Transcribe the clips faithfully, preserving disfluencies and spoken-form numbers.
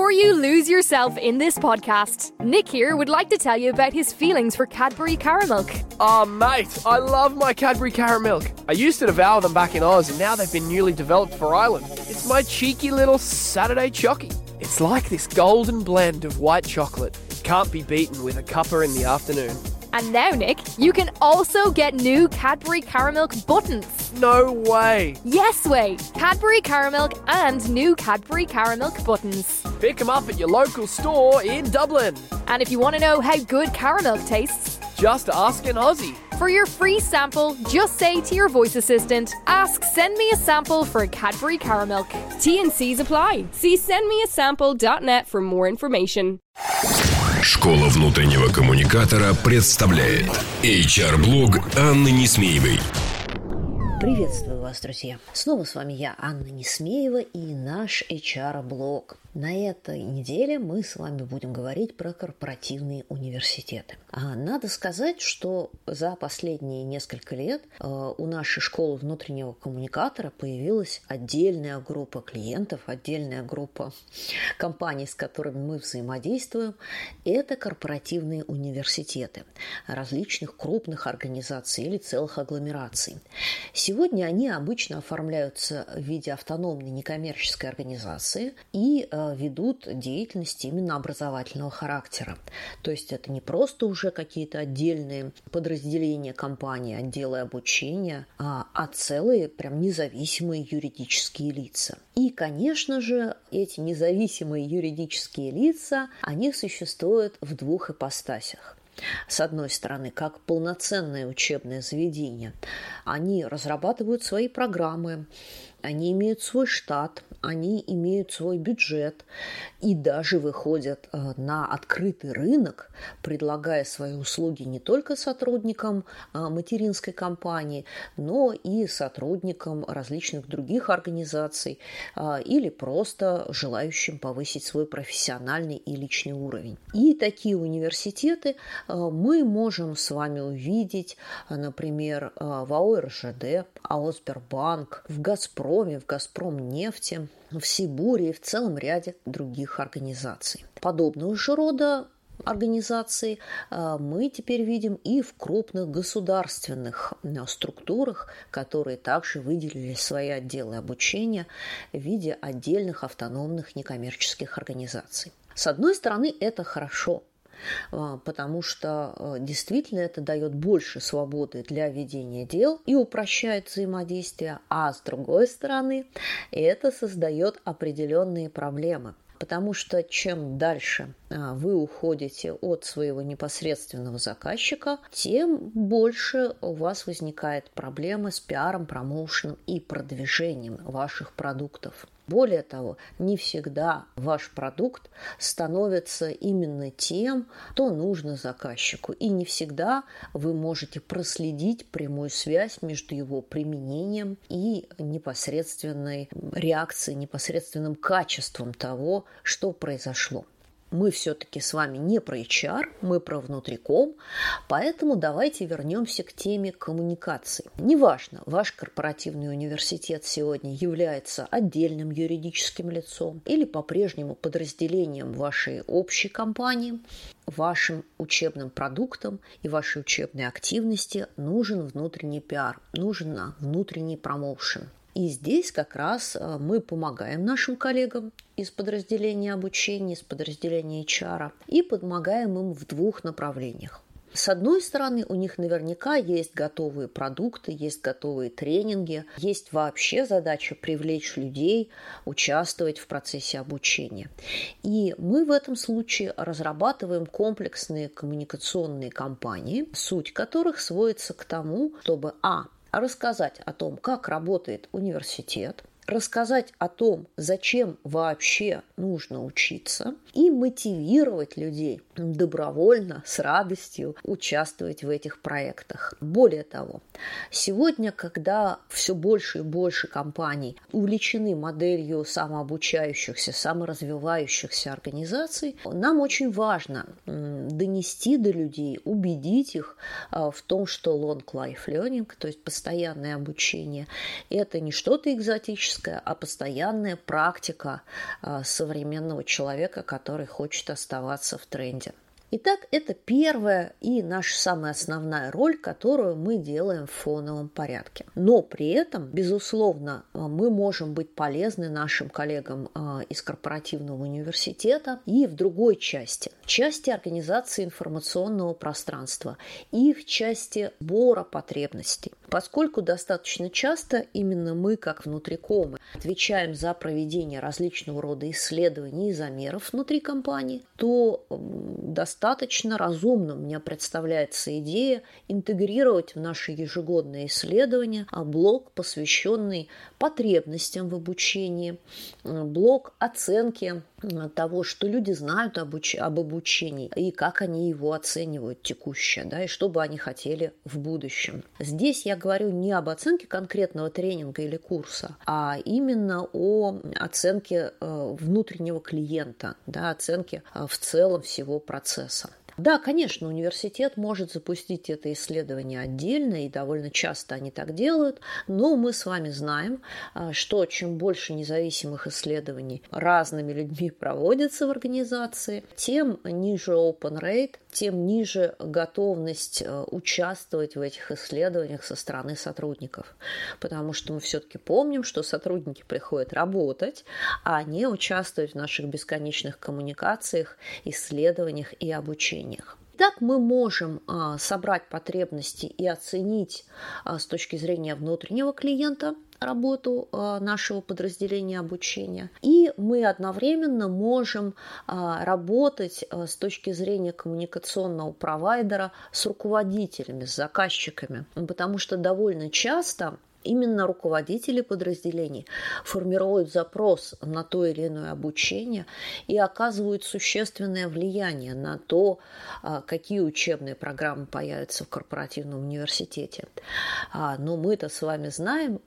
Before you lose yourself in this podcast, Nick here would like to tell you about his feelings for Cadbury Caramilk. Oh, mate, I love my Cadbury Caramilk. I used to devour them back in Oz, and now they've been newly developed for Ireland. It's my cheeky little Saturday chockie. It's like this golden blend of white chocolate. It can't be beaten with a cuppa in the afternoon. And now, Nick, you can also get new Cadbury Caramilk buttons. No way. Yes way. Cadbury Caramilk and new Cadbury Caramilk buttons. Pick them up at your local store in Dublin. And if you want to know how good caramilk tastes, just ask an Aussie. For your free sample, just say to your voice assistant, ask send me a sample for Cadbury Caramilk. T and C's apply. See send me a sample dot net for more information. Школа внутреннего коммуникатора представляет эйч ар-блог Анны Несмеевой. Приветствую вас, друзья! Снова с вами я, Анна Несмеева, и наш эйч ар-блог. На этой неделе мы с вами будем говорить про корпоративные университеты. А надо сказать, что за последние несколько лет э, у нашей школы внутреннего коммуникатора появилась отдельная группа клиентов, отдельная группа компаний, с которыми мы взаимодействуем. Это корпоративные университеты различных крупных организаций или целых агломераций. Сегодня они обычно оформляются в виде автономной некоммерческой организации и э, ведут деятельность именно образовательного характера. То есть это не просто уже какие-то отдельные подразделения компании, отделы обучения, а, а целые прям независимые юридические лица. И, конечно же, эти независимые юридические лица, они существуют в двух ипостасях. С одной стороны, как полноценное учебное заведение, они разрабатывают свои программы, они имеют свой штат, они имеют свой бюджет и даже выходят на открытый рынок, предлагая свои услуги не только сотрудникам материнской компании, но и сотрудникам различных других организаций или просто желающим повысить свой профессиональный и личный уровень. И такие университеты мы можем с вами увидеть, например, в АО РЖД, АО Сбербанк, в Газпроме, в Газпромнефти, в Сибуре и в целом ряде других организаций. Подобного же рода организации мы теперь видим и в крупных государственных структурах, которые также выделили свои отделы обучения в виде отдельных автономных некоммерческих организаций. С одной стороны, это хорошо, потому что действительно это дает больше свободы для ведения дел и упрощает взаимодействие, а с другой стороны это создает определенные проблемы. Потому что чем дальше вы уходите от своего непосредственного заказчика, тем больше у вас возникает проблемы с пиаром, промоушеном и продвижением ваших продуктов. Более того, не всегда ваш продукт становится именно тем, что нужно заказчику. И не всегда вы можете проследить прямую связь между его применением и непосредственной реакцией, непосредственным качеством того, что произошло. Мы все-таки с вами не про эйч ар, мы про внутриком, поэтому давайте вернемся к теме коммуникаций. Неважно, ваш корпоративный университет сегодня является отдельным юридическим лицом или по-прежнему подразделением вашей общей компании, вашим учебным продуктам и вашей учебной активности нужен внутренний пиар, нужен внутренний промоушен. И здесь как раз мы помогаем нашим коллегам из подразделения обучения, из подразделения эйч ар, и помогаем им в двух направлениях. С одной стороны, у них наверняка есть готовые продукты, есть готовые тренинги, есть вообще задача привлечь людей, участвовать в процессе обучения. И мы в этом случае разрабатываем комплексные коммуникационные кампании, суть которых сводится к тому, чтобы а. рассказать о том, как работает университет, рассказать о том, зачем вообще нужно учиться, и мотивировать людей добровольно, с радостью участвовать в этих проектах. Более того, сегодня, когда все больше и больше компаний увлечены моделью самообучающихся, саморазвивающихся организаций, нам очень важно донести до людей, убедить их в том, что long life learning, то есть постоянное обучение, это не что-то экзотическое, периодическая, а постоянная практика современного человека, который хочет оставаться в тренде. Итак, это первая и наша самая основная роль, которую мы делаем в фоновом порядке. Но при этом, безусловно, мы можем быть полезны нашим коллегам из корпоративного университета и в другой части, в части организации информационного пространства и в части сбора потребностей. Поскольку достаточно часто именно мы, как внутрикомы, отвечаем за проведение различного рода исследований и замеров внутри компании, то достаточно Достаточно разумно мне представляется идея интегрировать в наши ежегодные исследования блок, посвященный потребностям в обучении, блок оценки того, что люди знают об, уч- об обучении и как они его оценивают текущее, да, и что бы они хотели в будущем. Здесь я говорю не об оценке конкретного тренинга или курса, а именно о оценке э, внутреннего клиента, да, оценке э, в целом всего процесса. Да, конечно, университет может запустить это исследование отдельно, и довольно часто они так делают, но мы с вами знаем, что чем больше независимых исследований разными людьми проводится в организации, тем ниже open rate, тем ниже готовность участвовать в этих исследованиях со стороны сотрудников. Потому что мы все-таки помним, что сотрудники приходят работать, а не участвовать в наших бесконечных коммуникациях, исследованиях и обучении. Так мы можем а, собрать потребности и оценить а, с точки зрения внутреннего клиента работу а, нашего подразделения обучения. И мы одновременно можем а, работать а, с точки зрения коммуникационного провайдера с руководителями, с заказчиками. Потому что довольно часто именно руководители подразделений формируют запрос на то или иное обучение и оказывают существенное влияние на то, какие учебные программы появятся в корпоративном университете. Но мы-то с вами знаем,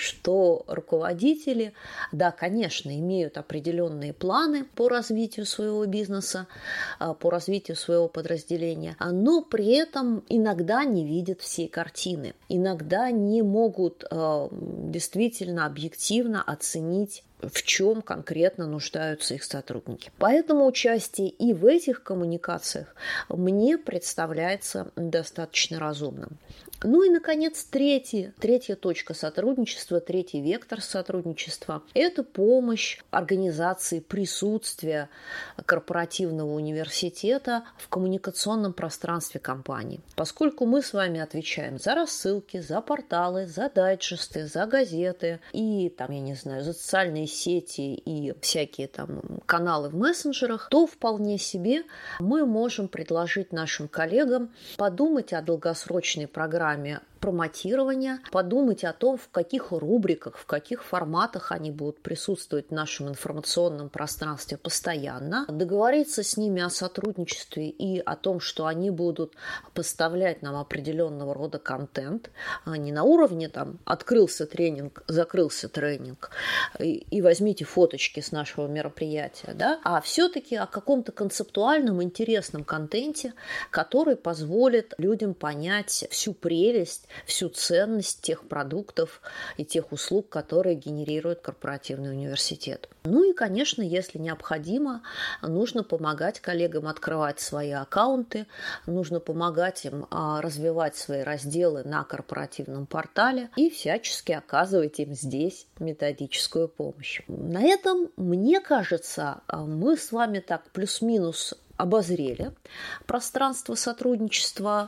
что руководители, да, конечно, имеют определенные планы по развитию своего бизнеса, по развитию своего подразделения, но при этом иногда не видят всей картины, иногда не могут действительно объективно оценить, в чем конкретно нуждаются их сотрудники. Поэтому участие и в этих коммуникациях мне представляется достаточно разумным. Ну и, наконец, третья, третья точка сотрудничества, третий вектор сотрудничества – это помощь организации присутствия корпоративного университета в коммуникационном пространстве компании. Поскольку мы с вами отвечаем за рассылки, за порталы, за дайджесты, за газеты и, там, я не знаю, за социальные сети и всякие там каналы в мессенджерах, то вполне себе мы можем предложить нашим коллегам подумать о долгосрочной программе промотирования, подумать о том, в каких рубриках, в каких форматах они будут присутствовать в нашем информационном пространстве постоянно, договориться с ними о сотрудничестве и о том, что они будут поставлять нам определенного рода контент, не на уровне там открылся тренинг, закрылся тренинг и, и возьмите фоточки с нашего мероприятия, да, а все-таки о каком-то концептуальном интересном контенте, который позволит людям понять всю прелесть, всю ценность тех продуктов и тех услуг, которые генерирует корпоративный университет. Ну и, конечно, если необходимо, нужно помогать коллегам открывать свои аккаунты, нужно помогать им развивать свои разделы на корпоративном портале и всячески оказывать им здесь методическую помощь. На этом, мне кажется, мы с вами так плюс-минус обозрели пространство сотрудничества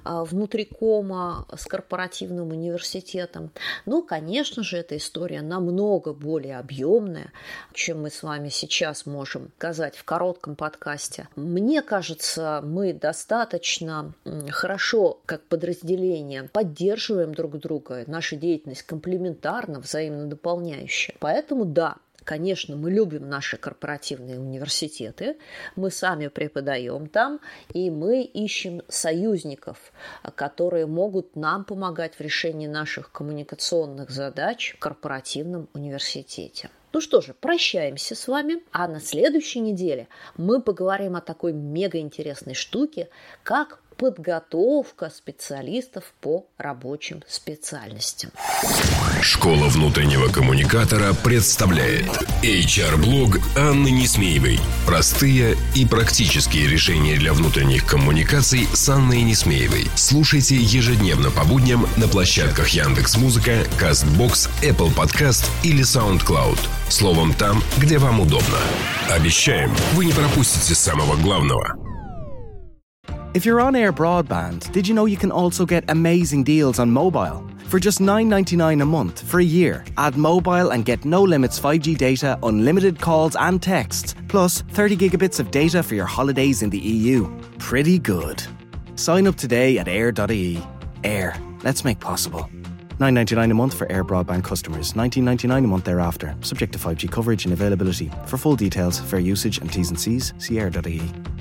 внутрикома с корпоративным университетом. Но, конечно же, эта история намного более объемная, чем мы с вами сейчас можем сказать в коротком подкасте. Мне кажется, мы достаточно хорошо, как подразделение, поддерживаем друг друга. Наша деятельность комплементарна, взаимно дополняющая. Поэтому, да, конечно, мы любим наши корпоративные университеты, мы сами преподаем там, и мы ищем союзников, которые могут нам помогать в решении наших коммуникационных задач в корпоративном университете. Ну что же, прощаемся с вами, а на следующей неделе мы поговорим о такой мегаинтересной штуке, как подготовка специалистов по рабочим специальностям. Школа внутреннего коммуникатора представляет эйч ар-блог Анны Несмеевой. Простые и практические решения для внутренних коммуникаций с Анной Несмеевой. Слушайте ежедневно по будням на площадках Яндекс.Музыка, Кастбокс, Apple Podcast или SoundCloud. Словом, там, где вам удобно. Обещаем, вы не пропустите самого главного. If you're on Air Broadband, did you know you can also get amazing deals on mobile? For just nine ninety-nine a month for a year, add mobile and get no limits five G data, unlimited calls and texts, plus thirty gigabits of data for your holidays in the E U. Pretty good. Sign up today at air dot I E. Air. Let's make possible. nine ninety-nine a month for Air Broadband customers. nineteen ninety-nine a month thereafter. Subject to five G coverage and availability. For full details, fair usage and T's and C's, see air dot I E.